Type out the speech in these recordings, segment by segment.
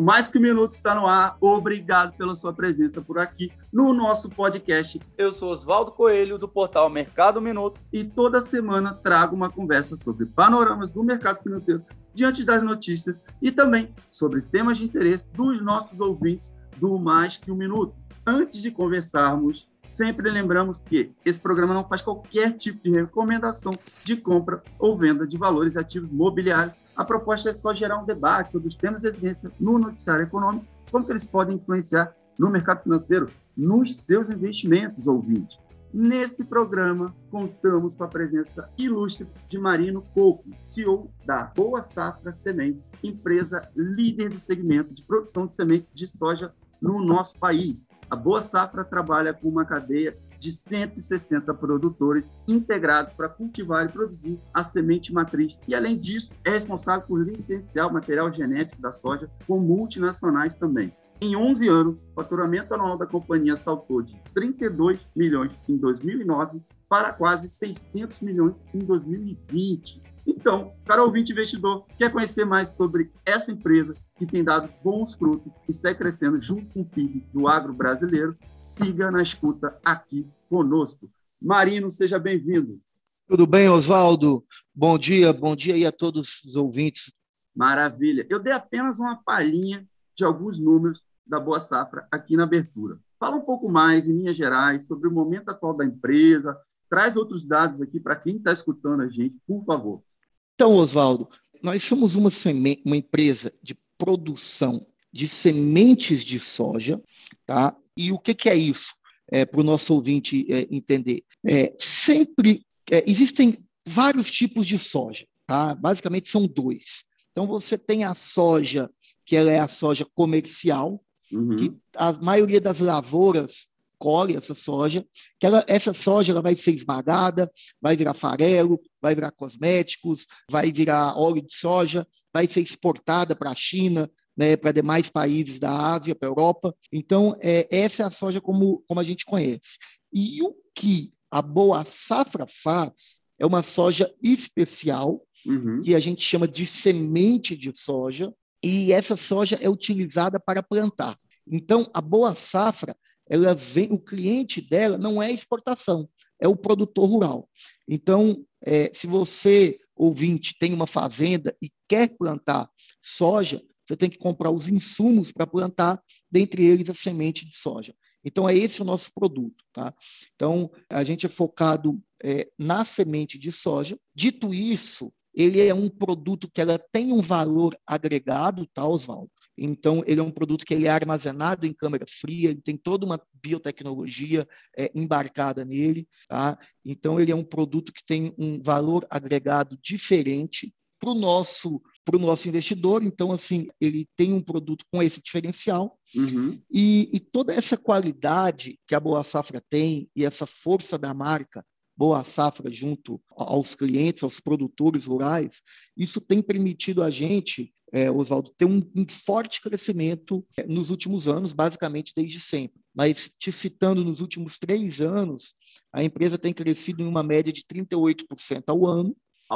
Mais que um minuto está no ar. Obrigado pela sua presença por aqui no nosso podcast. Eu sou Oswaldo Coelho, do portal Mercado Minuto, e toda semana trago uma conversa sobre panoramas do mercado financeiro diante das notícias e também sobre temas de interesse dos nossos ouvintes do Mais que um Minuto. Antes de conversarmos, sempre lembramos que esse programa não faz qualquer tipo de recomendação de compra ou venda de valores ativos mobiliários. A proposta é só gerar um debate sobre os temas de evidência no noticiário econômico, como que eles podem influenciar no mercado financeiro, nos seus investimentos, ouvintes. Nesse programa, contamos com a presença ilustre de Marino Coco, CEO da Boa Safra Sementes, empresa líder do segmento de produção de sementes de soja no nosso país. A Boa Safra trabalha com uma cadeia de 160 produtores integrados para cultivar e produzir a semente matriz. E, além disso, é responsável por licenciar o material genético da soja com multinacionais também. Em 11 anos, o faturamento anual da companhia saltou de 32 milhões em 2009 para quase 600 milhões em 2020. Então, caro ouvinte investidor, quer conhecer mais sobre essa empresa que tem dado bons frutos e segue crescendo junto com o PIB do agro brasileiro? Siga na escuta aqui conosco. Marino, seja bem-vindo. Tudo bem, Oswaldo? Bom dia aí a todos os ouvintes. Maravilha. Eu dei apenas uma palhinha de alguns números da Boa Safra aqui na abertura. Fala um pouco mais, em linhas gerais, sobre o momento atual da empresa. Traz outros dados aqui para quem está escutando a gente, por favor. Então, Oswaldo, nós somos uma empresa de produção de sementes de soja, tá? E o que é isso? Para o nosso ouvinte entender. Existem vários tipos de soja, tá? Basicamente são dois. Então, você tem a soja, que ela é a soja comercial, que a maioria das lavouras colhe essa soja, essa soja ela vai ser esmagada, vai virar farelo, vai virar cosméticos, vai virar óleo de soja, vai ser exportada para a China, né, para demais países da Ásia, para a Europa. Então, essa é a soja como a gente conhece. E o que a Boa Safra faz é uma soja especial, que a gente chama de semente de soja, e essa soja é utilizada para plantar. Então, a Boa Safra, o cliente dela não é a exportação, é o produtor rural. Então, se você, ouvinte, tem uma fazenda e quer plantar soja, você tem que comprar os insumos para plantar, dentre eles a semente de soja. Então, é esse o nosso produto, tá? Então, a gente é focado na semente de soja. Dito isso, ele é um produto que ela tem um valor agregado, tá, Oswaldo? Então, ele é um produto que ele é armazenado em câmara fria, ele tem toda uma biotecnologia embarcada nele, tá? Então, ele é um produto que tem um valor agregado diferente para o nosso investidor. Então, assim, ele tem um produto com esse diferencial e toda essa qualidade que a Boa Safra tem e essa força da marca Boa Safra junto aos clientes, aos produtores rurais, isso tem permitido a gente, Oswaldo, ter um forte crescimento nos últimos anos, basicamente desde sempre. Mas, te citando, nos últimos 3 anos, a empresa tem crescido em uma média de 38% ao ano.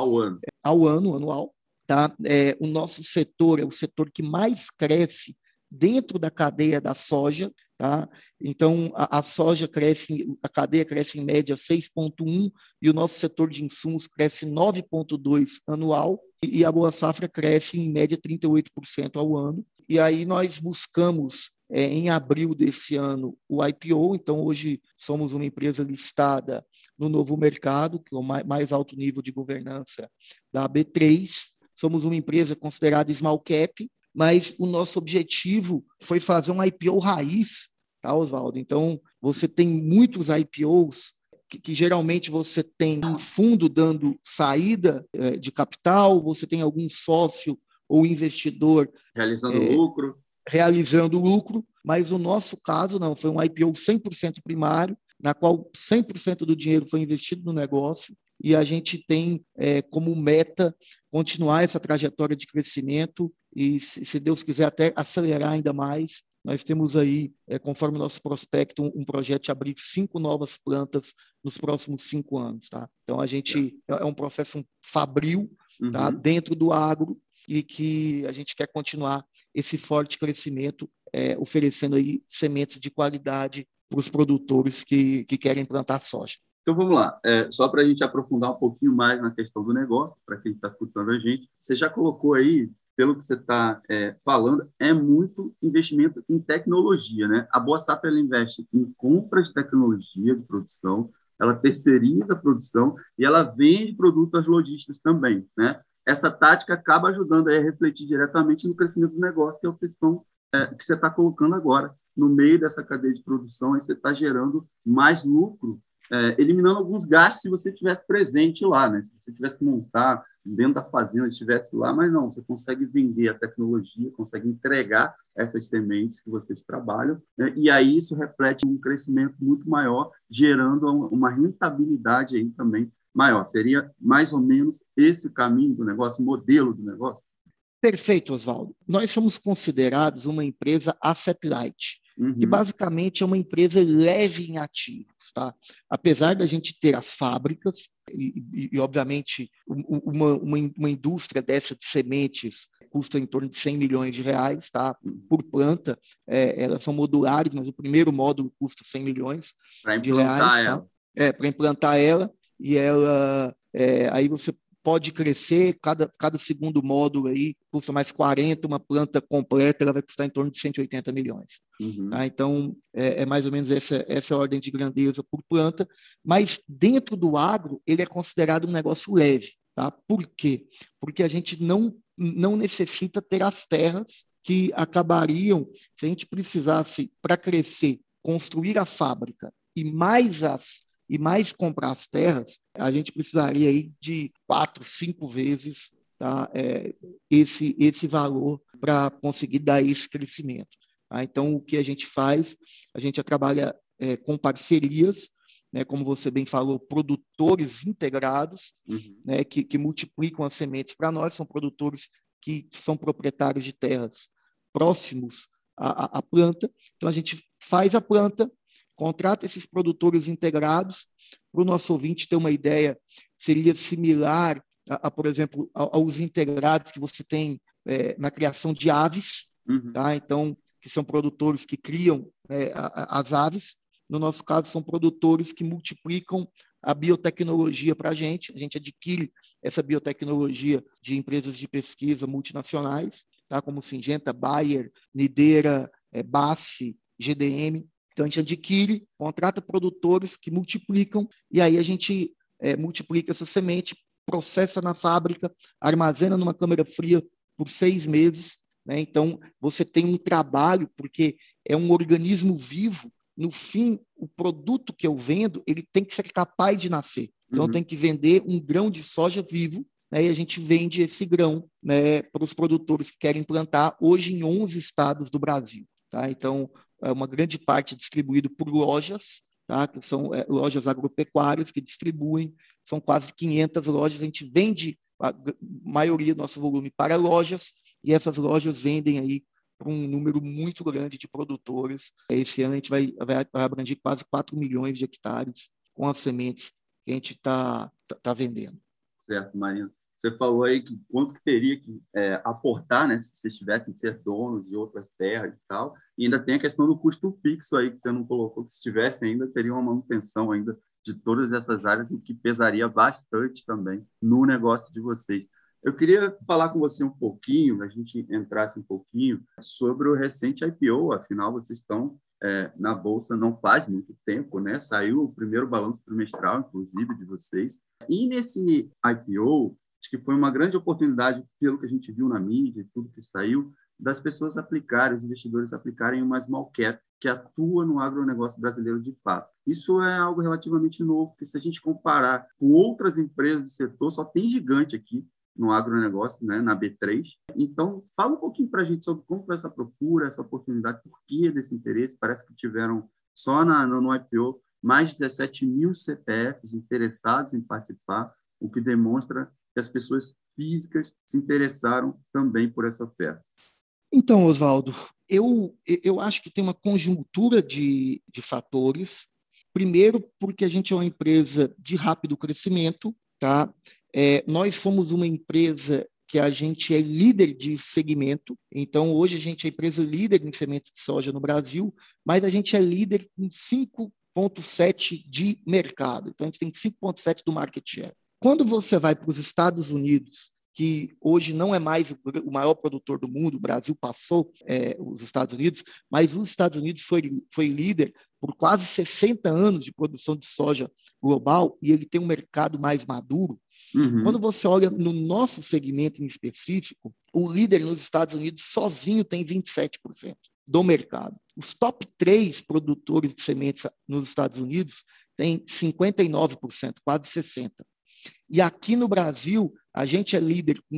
Anual. Tá? O nosso setor é o setor que mais cresce dentro da cadeia da soja, tá? Então, a soja cresce, a cadeia cresce em média 6,1% e o nosso setor de insumos cresce 9,2% anual e a Boa Safra cresce em média 38% ao ano. E aí nós buscamos, em abril desse ano, o IPO. Então, hoje somos uma empresa listada no Novo Mercado, que é o mais alto nível de governança da B3. Somos uma empresa considerada small cap, mas o nosso objetivo foi fazer um IPO raiz, tá, Oswaldo? Então, você tem muitos IPOs que geralmente você tem um fundo dando saída de capital, você tem algum sócio ou investidor realizando lucro, mas o nosso caso não, foi um IPO 100% primário, na qual 100% do dinheiro foi investido no negócio, e a gente tem como meta continuar essa trajetória de crescimento e, se Deus quiser, até acelerar ainda mais. Nós temos aí, conforme o nosso prospecto, um projeto de abrir 5 novas plantas nos próximos 5 anos. Tá? Então, a gente é um processo fabril, tá? Dentro do agro, e que a gente quer continuar esse forte crescimento, oferecendo aí sementes de qualidade para os produtores que querem plantar soja. Então, vamos lá. Só para a gente aprofundar um pouquinho mais na questão do negócio, para quem está escutando a gente, você já colocou aí, pelo que você está falando, é muito investimento em tecnologia, né? A Boa Safra, ela investe em compras de tecnologia de produção, ela terceiriza a produção e ela vende produtos aos lojistas também, né? Essa tática acaba ajudando a refletir diretamente no crescimento do negócio, que é o que você está colocando agora. No meio dessa cadeia de produção, aí você está gerando mais lucro, eliminando alguns gastos se você estivesse presente lá, né? Se você tivesse que montar dentro da fazenda, estivesse lá, mas não, você consegue vender a tecnologia, consegue entregar essas sementes que vocês trabalham, né? E aí isso reflete um crescimento muito maior, gerando uma rentabilidade aí também maior. Seria mais ou menos esse o caminho do negócio, o modelo do negócio? Perfeito, Oswaldo. Nós somos considerados uma empresa asset light, que basicamente é uma empresa leve em ativos, tá? Apesar da gente ter as fábricas e obviamente, uma indústria dessa de sementes custa em torno de 100 milhões de reais, tá? Por planta, elas são modulares, mas o primeiro módulo custa 100 milhões de reais, tá? Para implantar ela, e ela, aí você pode crescer, cada segundo módulo aí custa mais 40, uma planta completa ela vai custar em torno de 180 milhões. Tá? Então, mais ou menos essa a ordem de grandeza por planta, mas dentro do agro, ele é considerado um negócio leve. Tá? Por quê? Porque a gente não necessita ter as terras que acabariam, se a gente precisasse, para crescer, construir a fábrica e mais comprar as terras, a gente precisaria aí de 4, 5 vezes, tá, esse valor para conseguir dar esse crescimento. Tá? Então, o que a gente faz? A gente trabalha com parcerias, né, como você bem falou, produtores integrados, né, que multiplicam as sementes para nós, são produtores que são proprietários de terras próximos à planta. Então, a gente faz a planta, contrata esses produtores integrados. Para o nosso ouvinte ter uma ideia, seria similar, por exemplo, aos integrados que você tem na criação de aves, tá? Então, que são produtores que criam as aves. No nosso caso, são produtores que multiplicam a biotecnologia para a gente adquire essa biotecnologia de empresas de pesquisa multinacionais, tá? Como Syngenta, Bayer, Nidera, BASF, GDM. Então, a gente adquire, contrata produtores que multiplicam, e aí a gente multiplica essa semente, processa na fábrica, armazena numa câmara fria por 6 meses. Né? Então, você tem um trabalho, porque é um organismo vivo. No fim, o produto que eu vendo, ele tem que ser capaz de nascer. Então, eu tenho que vender um grão de soja vivo, né? E a gente vende esse grão, né, para os produtores que querem plantar, hoje em 11 estados do Brasil. Tá? Então, uma grande parte distribuído por lojas, tá? Que são lojas agropecuárias que distribuem, são quase 500 lojas, a gente vende a maioria do nosso volume para lojas, e essas lojas vendem aí para um número muito grande de produtores. Esse ano a gente vai abranger quase 4 milhões de hectares com as sementes que a gente tá vendendo. Certo, Marina. Você falou aí que quanto que teria que aportar, né, se vocês tivessem que ser donos de outras terras e tal, e ainda tem a questão do custo fixo aí, que você não colocou, que se tivesse ainda, teria uma manutenção ainda de todas essas áreas, o que pesaria bastante também no negócio de vocês. Eu queria falar com você um pouquinho, a gente entrasse um pouquinho sobre o recente IPO, afinal vocês estão na Bolsa não faz muito tempo, né? Saiu o primeiro balanço trimestral, inclusive, de vocês. E nesse IPO, acho que foi uma grande oportunidade, pelo que a gente viu na mídia e tudo que saiu, das pessoas aplicarem, os investidores aplicarem uma small cap que atua no agronegócio brasileiro de fato. Isso é algo relativamente novo, porque se a gente comparar com outras empresas do setor, só tem gigante aqui no agronegócio, né, na B3. Então, fala um pouquinho para a gente sobre como foi essa procura, essa oportunidade, por que desse interesse. Parece que tiveram só no IPO mais de 17 mil CPFs interessados em participar, o que demonstra que as pessoas físicas se interessaram também por essa oferta. Então, Oswaldo, eu acho que tem uma conjuntura de fatores. Primeiro, porque a gente é uma empresa de rápido crescimento, tá? Nós somos uma empresa que a gente é líder de segmento. Então, hoje a gente é a empresa líder em sementes de soja no Brasil, mas a gente é líder com 5,7% de mercado. Então, a gente tem 5,7% do market share. Quando você vai para os Estados Unidos, que hoje não é mais o maior produtor do mundo, o Brasil passou os Estados Unidos, mas os Estados Unidos foi líder por quase 60 anos de produção de soja global e ele tem um mercado mais maduro. Quando você olha no nosso segmento em específico, o líder nos Estados Unidos sozinho tem 27% do mercado. Os top 3 produtores de sementes nos Estados Unidos têm 59%, quase 60%. E aqui no Brasil, a gente é líder com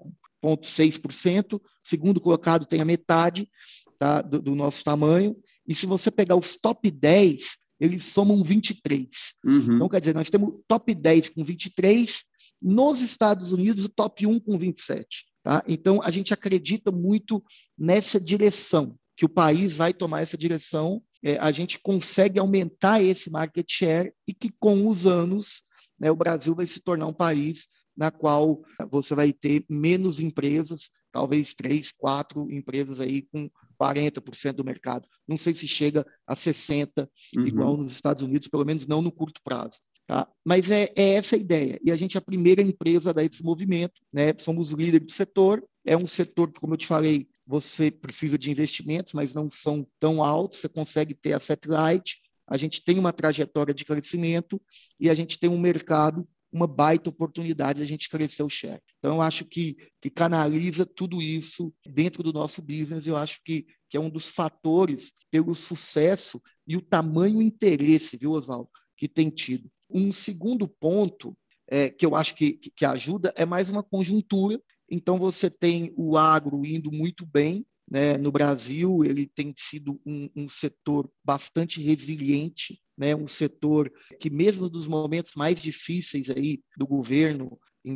5,6%, o segundo colocado tem a metade, tá, do nosso tamanho, e se você pegar os top 10, eles somam 23%. Então, quer dizer, nós temos o top 10 com 23%, nos Estados Unidos, o top 1 com 27%. Tá? Então, a gente acredita muito nessa direção, que o país vai tomar essa direção, a gente consegue aumentar esse market share e que, com os anos, o Brasil vai se tornar um país na qual você vai ter menos empresas, talvez 3, 4 empresas aí com 40% do mercado. Não sei se chega a 60%, igual nos Estados Unidos, pelo menos não no curto prazo. Tá? Mas é essa a ideia. E a gente é a primeira empresa a dar esse movimento, né? Somos líderes do setor. É um setor que, como eu te falei, você precisa de investimentos, mas não são tão altos. Você consegue ter asset light. A gente tem uma trajetória de crescimento e a gente tem um mercado, uma baita oportunidade de a gente crescer o share. Então, eu acho que canaliza tudo isso dentro do nosso business. Eu acho que é um dos fatores pelo sucesso e o tamanho interesse, viu, Oswaldo, que tem tido. Um segundo ponto que eu acho que ajuda é mais uma conjuntura. Então, você tem o agro indo muito bem, né? No Brasil, ele tem sido um setor bastante resiliente, né? Um setor que, mesmo nos momentos mais difíceis aí do governo, em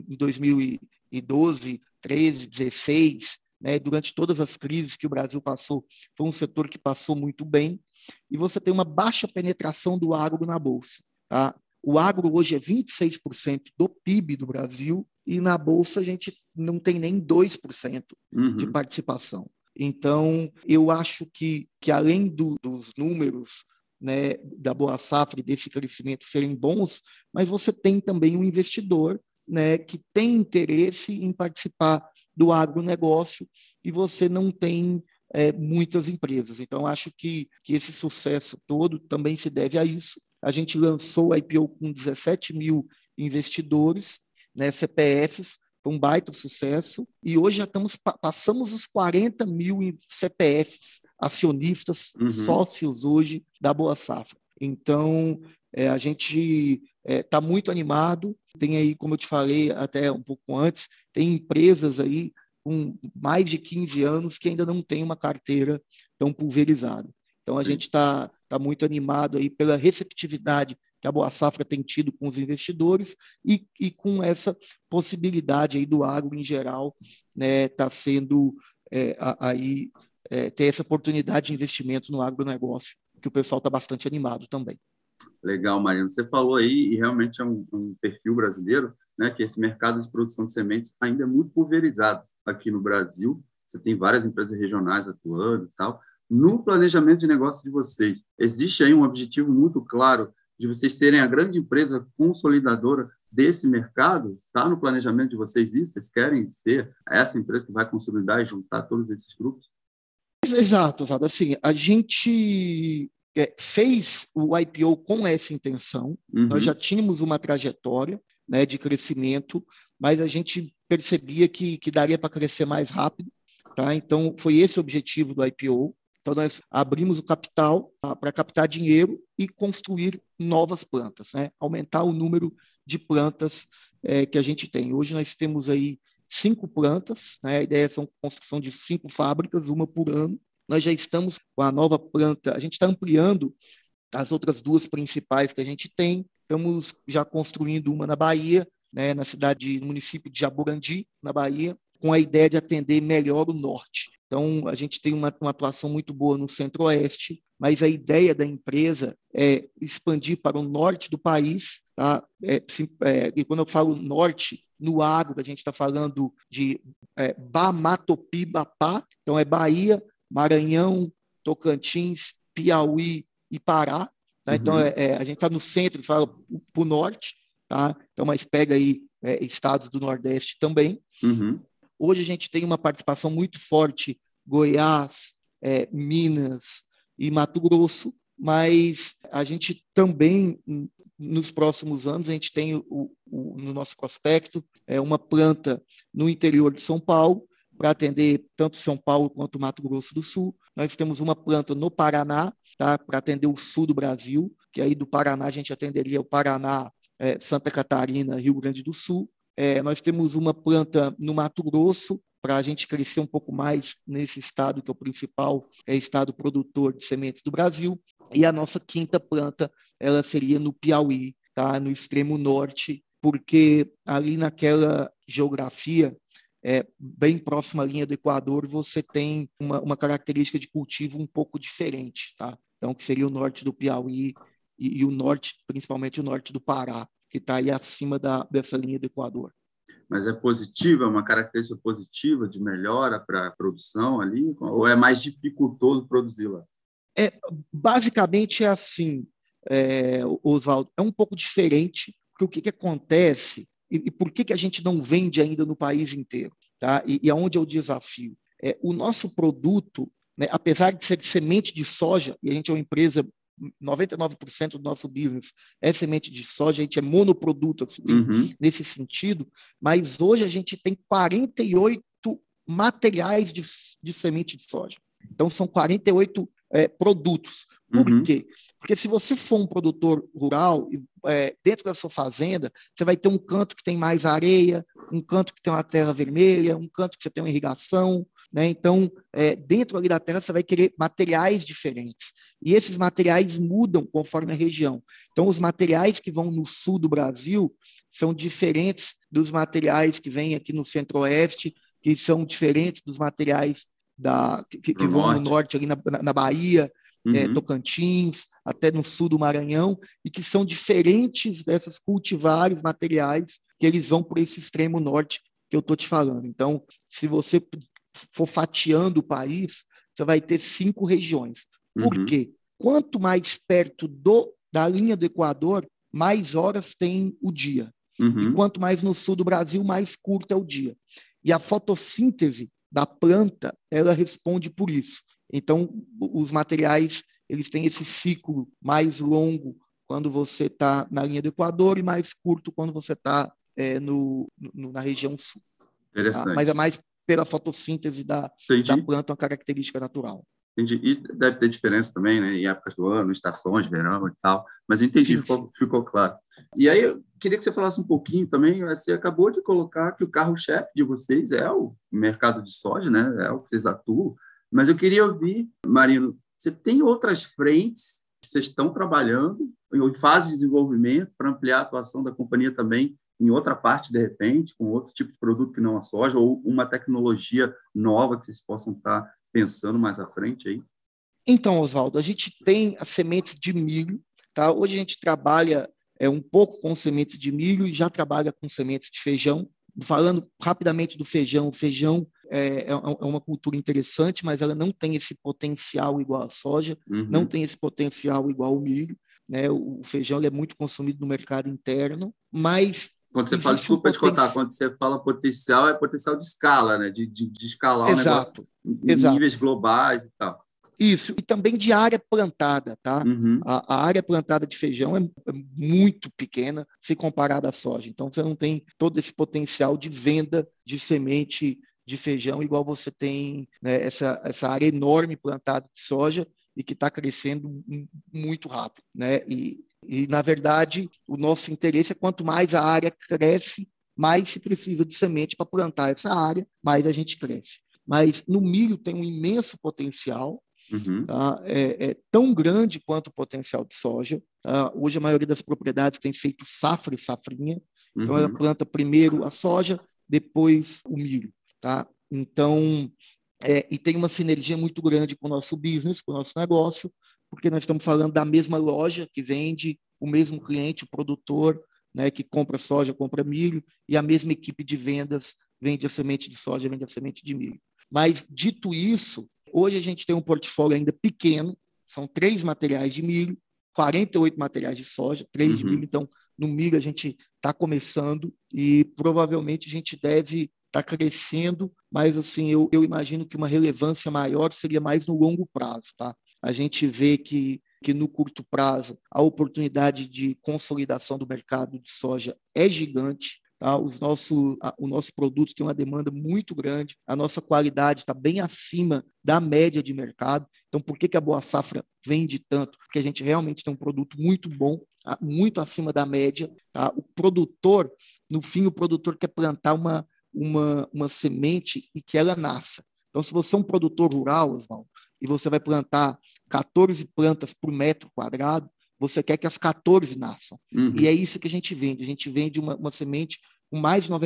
2012, 13, 16, né? Durante todas as crises que o Brasil passou, foi um setor que passou muito bem. E você tem uma baixa penetração do agro na Bolsa. Tá? O agro hoje é 26% do PIB do Brasil e na Bolsa a gente não tem nem 2% de participação. Então, eu acho que além dos números, né, da Boa Safra e desse crescimento serem bons, mas você tem também um investidor, né, que tem interesse em participar do agronegócio e você não tem muitas empresas. Então, acho que esse sucesso todo também se deve a isso. A gente lançou o IPO com 17 mil investidores, né, CPFs, foi um baita sucesso, e hoje já passamos os 40 mil CPFs, acionistas, sócios hoje da Boa Safra. Então, a gente está muito animado, tem aí, como eu te falei até um pouco antes, tem empresas aí com mais de 15 anos que ainda não tem uma carteira tão pulverizada. Então, a gente está muito animado aí pela receptividade que a Boa Safra tem tido com os investidores e com essa possibilidade aí do agro em geral, né, tá sendo ter essa oportunidade de investimento no agronegócio, que o pessoal está bastante animado também. Legal, Mariano. Você falou aí, e realmente é um perfil brasileiro, né, que esse mercado de produção de sementes ainda é muito pulverizado aqui no Brasil. Você tem várias empresas regionais atuando e tal. No planejamento de negócio de vocês, existe aí um objetivo muito claro de vocês serem a grande empresa consolidadora desse mercado? Está no planejamento de vocês isso? Vocês querem ser essa empresa que vai consolidar e juntar todos esses grupos? Exato. Assim, a gente fez o IPO com essa intenção. Nós já tínhamos uma trajetória, né, de crescimento, mas a gente percebia que daria para crescer mais rápido. Tá? Então, foi esse o objetivo do IPO. Então, nós abrimos o capital para captar dinheiro e construir novas plantas, né? Aumentar o número de plantas que a gente tem. Hoje nós temos aí 5 plantas, né? A ideia é a construção de 5 fábricas, uma por ano. Nós já estamos com a nova planta, a gente está ampliando as outras 2 principais que a gente tem. Estamos já construindo uma na Bahia, né? No município de Jaborandi, na Bahia, com a ideia de atender melhor o norte. Então, a gente tem uma atuação muito boa no centro-oeste, mas a ideia da empresa é expandir para o norte do país. Tá? E quando eu falo norte, no agro, a gente está falando de Bamatopi-Bapá, então é Bahia, Maranhão, Tocantins, Piauí e Pará. Tá? Então, a gente está no centro, fala para o norte, tá? Então, mas pega aí estados do Nordeste também. Hoje a gente tem uma participação muito forte, Goiás, Minas e Mato Grosso, mas a gente também, nos próximos anos, a gente tem no nosso prospecto uma planta no interior de São Paulo, para atender tanto São Paulo quanto Mato Grosso do Sul. Nós temos uma planta no Paraná, tá, para atender o sul do Brasil, que aí do Paraná a gente atenderia o Paraná, Santa Catarina, Rio Grande do Sul. Nós temos uma planta no Mato Grosso, para a gente crescer um pouco mais nesse estado, que é o principal estado produtor de sementes do Brasil. E a nossa quinta planta, ela seria no Piauí, tá? No extremo norte, porque ali naquela geografia, bem próxima à linha do Equador, você tem uma característica de cultivo um pouco diferente, tá? Então, que seria o norte do Piauí e o norte, principalmente o norte do Pará, que está aí acima dessa linha do Equador. Mas é positiva, é uma característica positiva de melhora para a produção ali? Ou é mais dificultoso produzir lá? Basicamente é assim, Oswaldo, é um pouco diferente, porque o que acontece e por que a gente não vende ainda no país inteiro, tá? E aonde é o desafio? O nosso produto, né, apesar de ser de semente de soja, e a gente é uma empresa, 99% do nosso business é semente de soja, a gente é monoproduto assim, nesse sentido, mas hoje a gente tem 48 materiais de semente de soja. Então, são 48 produtos. Por quê? Porque se você for um produtor rural, dentro da sua fazenda, você vai ter um canto que tem mais areia, um canto que tem uma terra vermelha, um canto que você tem uma irrigação, né? Então, dentro ali da terra, você vai querer materiais diferentes. E esses materiais mudam conforme a região. Então, os materiais que vão no sul do Brasil são diferentes dos materiais que vêm aqui no centro-oeste, que são diferentes dos materiais que vão no norte, ali na Bahia, Tocantins, até no sul do Maranhão, e que são diferentes dessas cultivares materiais que eles vão por esse extremo norte que eu estou te falando. Então, se você for fatiando o país, você vai ter 5 regiões. Por quê? Quanto mais perto da linha do Equador, mais horas tem o dia. E quanto mais no sul do Brasil, mais curto é o dia. E a fotossíntese da planta, ela responde por isso. Então, os materiais, eles têm esse ciclo mais longo quando você está na linha do Equador e mais curto quando você está na região sul. Interessante. Tá? Mas é mais pela fotossíntese da planta, uma característica natural. Entendi. E deve ter diferença também, né, em épocas do ano, estações, verão e tal. Mas entendi, ficou claro. E aí eu queria que você falasse um pouquinho também. Você acabou de colocar que o carro-chefe de vocês é o mercado de soja, né? É o que vocês atuam. Mas eu queria ouvir, Marino, você tem outras frentes que vocês estão trabalhando em fase de desenvolvimento para ampliar a atuação da companhia também em outra parte, de repente, com outro tipo de produto que não a soja, ou uma tecnologia nova que vocês possam estar pensando mais à frente aí? Então, Oswaldo, a gente tem as sementes de milho, tá? Hoje a gente trabalha um pouco com sementes de milho e já trabalha com sementes de feijão. Falando rapidamente do feijão, o feijão é uma cultura interessante, mas ela não tem esse potencial igual a soja, não tem esse potencial igual o milho, né? O feijão é muito consumido no mercado interno, mas quando você fala, desculpa te contar, quando você fala potencial, é potencial de escala, né? De escalar o negócio em níveis globais e tal. Isso, e também de área plantada, tá? A área plantada de feijão é muito pequena se comparada à soja. Então, você não tem todo esse potencial de venda de semente de feijão igual você tem, né, essa área enorme plantada de soja e que está crescendo muito rápido, né? E, na verdade, o nosso interesse é quanto mais a área cresce, mais se precisa de semente para plantar essa área, mais a gente cresce. Mas no milho tem um imenso potencial, tá? É tão grande quanto o potencial de soja. Tá? Hoje a maioria das propriedades tem feito safra e safrinha. Então ela planta primeiro a soja, depois o milho. tá? Então, e tem uma sinergia muito grande com o nosso business, com o nosso negócio, porque nós estamos falando da mesma loja que vende, o mesmo cliente, o produtor, né, que compra soja, compra milho, e a mesma equipe de vendas vende a semente de soja, vende a semente de milho. Mas, dito isso, hoje a gente tem um portfólio ainda pequeno, são 3 materiais de milho, 48 materiais de soja, 3 de milho. Então, no milho a gente está começando e provavelmente a gente deve estar crescendo, mas assim, eu imagino que uma relevância maior seria mais no longo prazo, tá? A gente vê que no curto prazo a oportunidade de consolidação do mercado de soja é gigante. Tá? O nosso produto tem uma demanda muito grande, a nossa qualidade está bem acima da média de mercado. Então, por que a Boa Safra vende tanto? Porque a gente realmente tem um produto muito bom, muito acima da média. Tá? O produtor, no fim, o produtor quer plantar uma semente e que ela nasça. Então, se você é um produtor rural, Oswaldo, e você vai plantar 14 plantas por metro quadrado, você quer que as 14 nasçam. E é isso que a gente vende. A gente vende uma semente com mais de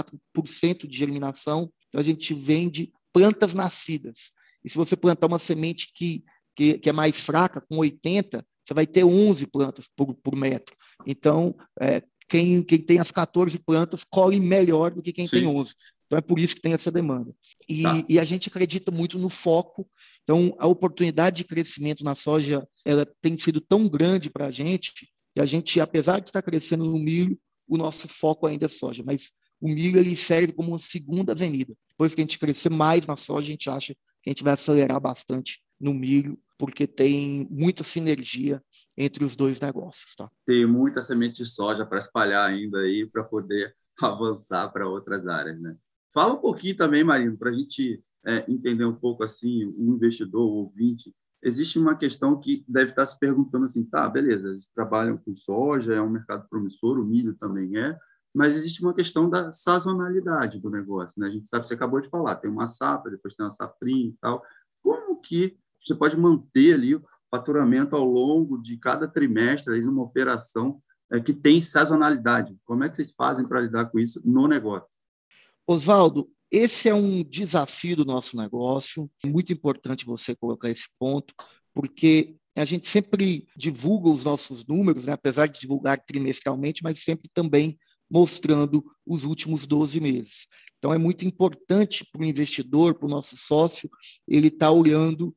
94% de germinação. Então, a gente vende plantas nascidas. E se você plantar uma semente que é mais fraca, com 80, você vai ter 11 plantas por metro. Então, quem tem as 14 plantas colhe melhor do que quem tem 11. Então, é por isso que tem essa demanda. E a gente acredita muito no foco. Então, a oportunidade de crescimento na soja ela tem sido tão grande para a gente, que a gente, apesar de estar crescendo no milho, o nosso foco ainda é soja. Mas o milho ele serve como uma segunda avenida. Depois que a gente crescer mais na soja, a gente acha que a gente vai acelerar bastante no milho, porque tem muita sinergia entre os dois negócios. Tá? Tem muita semente de soja para espalhar ainda aí, para poder avançar para outras áreas, né? Fala um pouquinho também, Marino, para a gente entender um pouco assim, o investidor, o ouvinte. Existe uma questão que deve estar se perguntando assim, tá, beleza, eles trabalham com soja, é um mercado promissor, o milho também mas existe uma questão da sazonalidade do negócio, né? A gente sabe, você acabou de falar, tem uma safra, depois tem uma safrinha e tal. Como que você pode manter ali o faturamento ao longo de cada trimestre, aí numa operação que tem sazonalidade? Como é que vocês fazem para lidar com isso no negócio? Oswaldo, esse é um desafio do nosso negócio. É muito importante você colocar esse ponto, porque a gente sempre divulga os nossos números, né? Apesar de divulgar trimestralmente, mas sempre também mostrando os últimos 12 meses. Então, é muito importante para o investidor, para o nosso sócio, ele estar olhando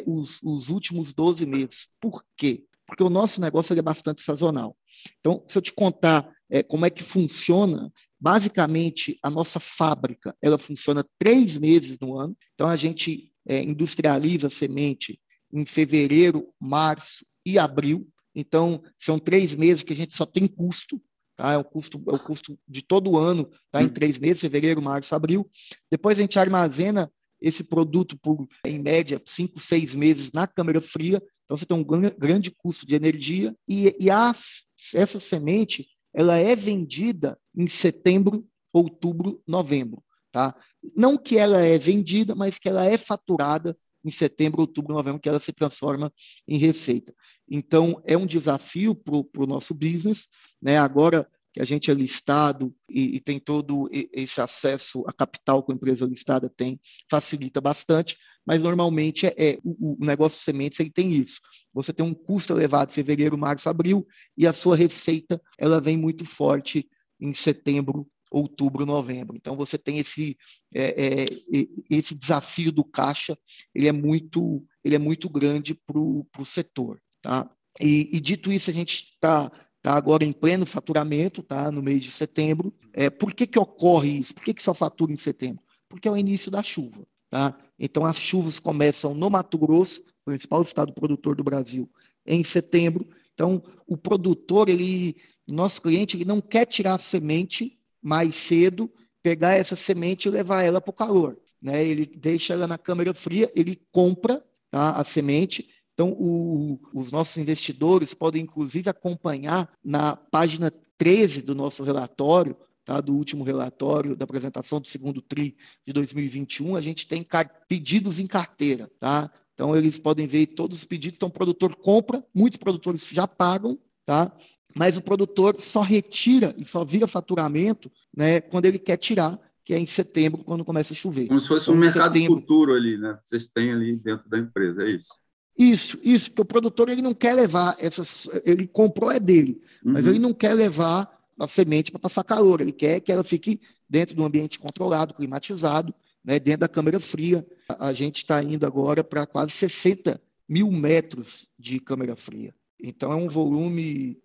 os últimos 12 meses. Por quê? Porque o nosso negócio é bastante sazonal. Então, se eu te contar como é que funciona, basicamente, a nossa fábrica ela funciona 3 meses no ano. Então, a gente industrializa a semente em fevereiro, março e abril. Então, são 3 meses que a gente só tem custo. Tá? É o custo de todo o ano, tá? Em 3 meses, fevereiro, março, abril. Depois a gente armazena esse produto por, em média, 5, 6 meses na câmara fria. Então, você tem um grande custo de energia. Essa semente ela é vendida em setembro, outubro, novembro. Tá? Não que ela é vendida, mas que ela é faturada em setembro, outubro, novembro, que ela se transforma em receita. Então, é um desafio para o nosso business, né? Agora que a gente é listado e tem todo esse acesso a capital que a empresa listada tem, facilita bastante, mas normalmente o negócio de sementes ele tem isso. Você tem um custo elevado em fevereiro, março, abril, e a sua receita ela vem muito forte em setembro, outubro, novembro. Então, você tem esse desafio do caixa, ele é muito grande para o setor. Tá? E dito isso, a gente está agora em pleno faturamento, tá? No mês de setembro. Por que ocorre isso? Por que só fatura em setembro? Porque é o início da chuva. Tá? Então, as chuvas começam no Mato Grosso, principal estado produtor do Brasil, em setembro. Então, o produtor, nosso cliente, ele não quer tirar a semente mais cedo, pegar essa semente e levar ela para o calor. Né? Ele deixa ela na câmara fria, ele compra, tá, a semente. Então, os nossos investidores podem, inclusive, acompanhar na página 13 do nosso relatório, tá, do último relatório da apresentação do segundo TRI de 2021, a gente tem pedidos em carteira. Tá? Então, eles podem ver todos os pedidos. Então, o produtor compra, muitos produtores já pagam, tá? Mas o produtor só retira e só vira faturamento, né, quando ele quer tirar. que é em setembro, quando começa a chover. Como se fosse um mercado futuro ali, né? Vocês têm ali dentro da empresa, é isso? Isso, porque o produtor ele não quer levar ele comprou é dele, mas ele não quer levar a semente para passar calor, ele quer que ela fique dentro de um ambiente controlado, climatizado, né, dentro da câmara fria. A gente está indo agora para quase 60 mil metros de câmara fria. Então é um volume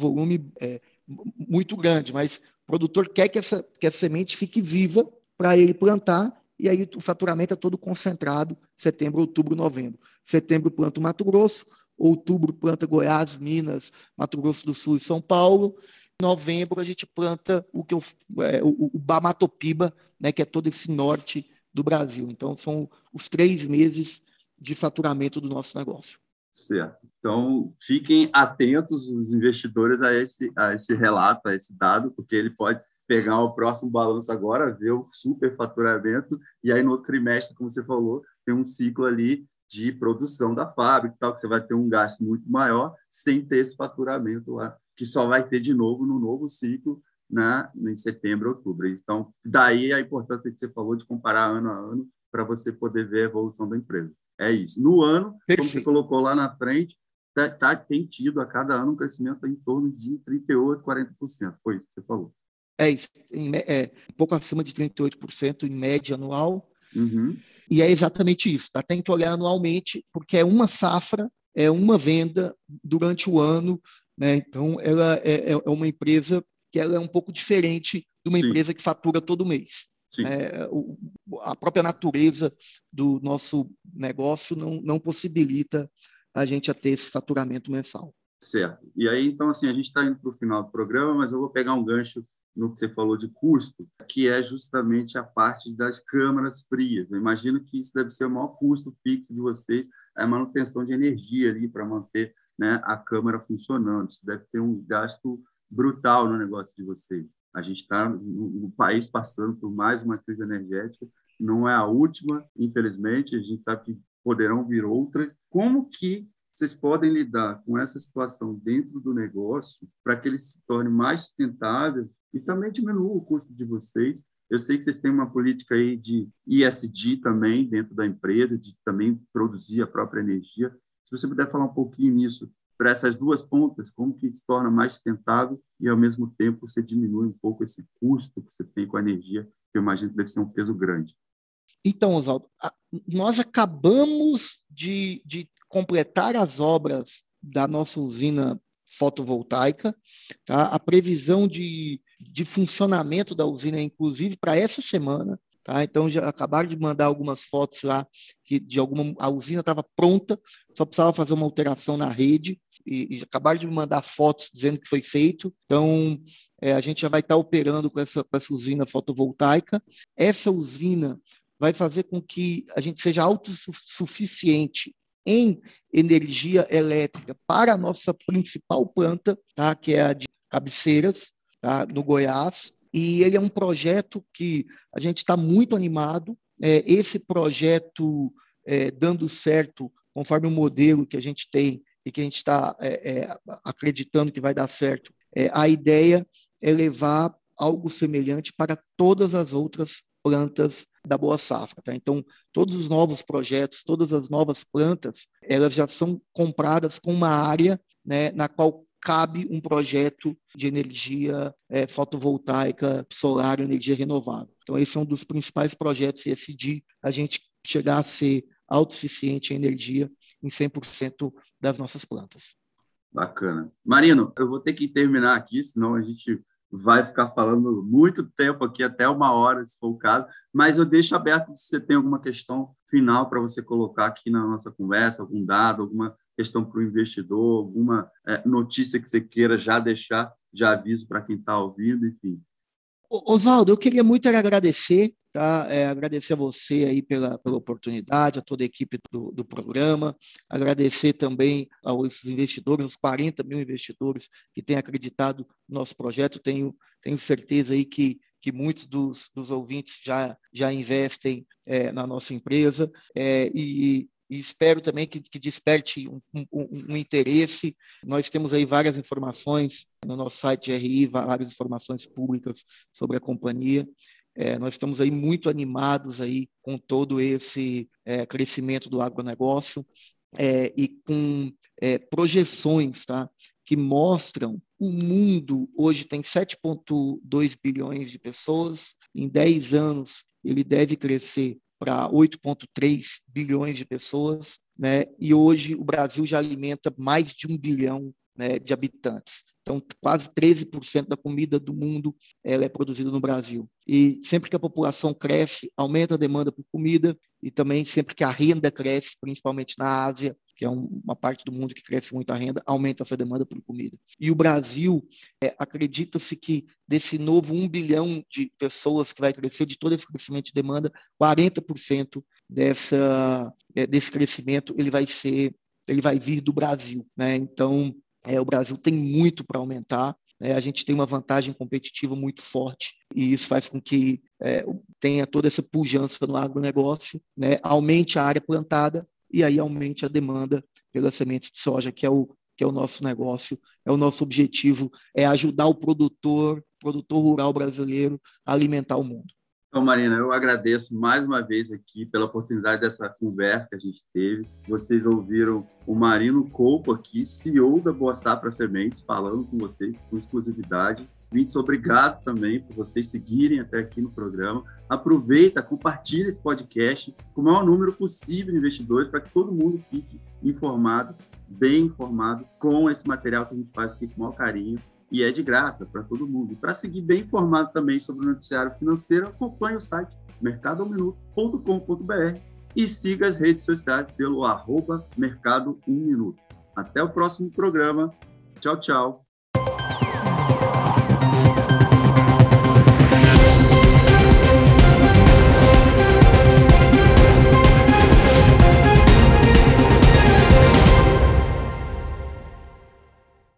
muito grande, mas o produtor quer que essa semente fique viva para ele plantar, e aí o faturamento é todo concentrado setembro, outubro, novembro. Setembro planta o Mato Grosso, outubro planta Goiás, Minas, Mato Grosso do Sul e São Paulo. Em novembro a gente planta o Bamatopiba, né, que é todo esse norte do Brasil. Então são os 3 meses de faturamento do nosso negócio. Certo. Então, fiquem atentos, os investidores, a esse relato, a esse dado, porque ele pode pegar o próximo balanço agora, ver o superfaturamento, e aí no outro trimestre, como você falou, tem um ciclo ali de produção da fábrica, tal, que você vai ter um gasto muito maior sem ter esse faturamento lá, que só vai ter de novo no novo ciclo, né, em setembro, outubro. Então, daí a importância que você falou de comparar ano a ano para você poder ver a evolução da empresa. É isso. No ano, Perfeito. Como você colocou lá na frente, tem tido a cada ano um crescimento em torno de 38%, 40%. Foi isso que você falou. É isso, um pouco acima de 38% em média anual. Uhum. E é exatamente isso. Tá? Tem que olhar anualmente, porque é uma safra, é uma venda durante o ano. Né? Então, ela é uma empresa que ela é um pouco diferente de uma empresa que fatura todo mês. A própria natureza do nosso negócio não possibilita a gente a ter esse faturamento mensal. Certo. E aí, então, assim, a gente está indo para o final do programa, mas eu vou pegar um gancho no que você falou de custo, que é justamente a parte das câmaras frias. Eu imagino que isso deve ser o maior custo fixo de vocês, a manutenção de energia ali para manter, né, a câmara funcionando. Isso deve ter um gasto brutal no negócio de vocês. A gente está no país passando por mais uma crise energética, não é a última, infelizmente, a gente sabe que poderão vir outras. Como que vocês podem lidar com essa situação dentro do negócio para que ele se torne mais sustentável e também diminua o custo de vocês? Eu sei que vocês têm uma política aí de ESG também dentro da empresa, de também produzir a própria energia. Se você puder falar um pouquinho nisso, para essas duas pontas, como que se torna mais sustentável e, ao mesmo tempo, você diminui um pouco esse custo que você tem com a energia, que eu imagino que deve ser um peso grande. Então, Oswaldo, nós acabamos de completar as obras da nossa usina fotovoltaica. Tá? A previsão de funcionamento da usina é, inclusive, para essa semana. Tá? Então, já acabaram de mandar algumas fotos lá, a usina estava pronta, só precisava fazer uma alteração na rede, e acabaram de me mandar fotos dizendo que foi feito. Então, a gente já vai estar operando com essa usina fotovoltaica. Essa usina vai fazer com que a gente seja autossuficiente em energia elétrica para a nossa principal planta, tá? Que é a de Cabeceiras, tá? No Goiás. E ele é um projeto que a gente está muito animado. Esse projeto dando certo, conforme o modelo que a gente tem e que a gente está acreditando que vai dar certo, a ideia é levar algo semelhante para todas as outras plantas da Boa Safra. Tá? Então, todos os novos projetos, todas as novas plantas, elas já são compradas com uma área, né, na qual cabe um projeto de energia fotovoltaica, solar, energia renovável. Então, esse é um dos principais projetos ESG, a gente chegar a ser autossuficiente em energia em 100% das nossas plantas. Bacana. Marino, eu vou ter que terminar aqui, senão a gente vai ficar falando muito tempo aqui, até 1 hora, se for o caso, mas eu deixo aberto se você tem alguma questão final para você colocar aqui na nossa conversa, algum dado, alguma questão para o investidor, alguma notícia que você queira já deixar, já aviso para quem está ouvindo, enfim. Oswaldo, eu queria muito agradecer, tá? Agradecer a você aí pela oportunidade, a toda a equipe do programa, agradecer também aos investidores, os 40 mil investidores que têm acreditado no nosso projeto. Tenho certeza aí que muitos dos ouvintes já investem na nossa empresa, e espero também que desperte um interesse. Nós temos aí várias informações no nosso site de RI, várias informações públicas sobre a companhia. Nós estamos aí muito animados aí com todo esse crescimento do agronegócio e com projeções, tá, que mostram o mundo hoje tem 7,2 bilhões de pessoas, em 10 anos ele deve crescer para 8,3 bilhões de pessoas, né? E hoje o Brasil já alimenta mais de 1 bilhão, né, de habitantes. Então, quase 13% da comida do mundo ela é produzida no Brasil. E sempre que a população cresce, aumenta a demanda por comida, e também sempre que a renda cresce, principalmente na Ásia, que é uma parte do mundo que cresce muito a renda, aumenta essa demanda por comida. E o Brasil, acredita-se que desse novo 1 bilhão de pessoas que vai crescer, de todo esse crescimento de demanda, 40% desse crescimento ele vai vir do Brasil, né? Então, o Brasil tem muito para aumentar, né? A gente tem uma vantagem competitiva muito forte e isso faz com que tenha toda essa pujança no agronegócio, né? Aumente a área plantada e aí aumente a demanda pelas sementes de soja, que é o nosso negócio, é o nosso objetivo, é ajudar o produtor rural brasileiro a alimentar o mundo. Então, Marina, eu agradeço mais uma vez aqui pela oportunidade dessa conversa que a gente teve. Vocês ouviram o Marino Colpo aqui, CEO da Boa Safra Sementes, falando com vocês com exclusividade. Muito obrigado também por vocês seguirem até aqui no programa. Aproveita, compartilha esse podcast com o maior número possível de investidores para que todo mundo fique informado, bem informado com esse material que a gente faz aqui com o maior carinho. E é de graça para todo mundo. E para seguir bem informado também sobre o noticiário financeiro, acompanhe o site mercadominuto.com.br e siga as redes sociais pelo @mercado1minuto. Até o próximo programa. Tchau, tchau.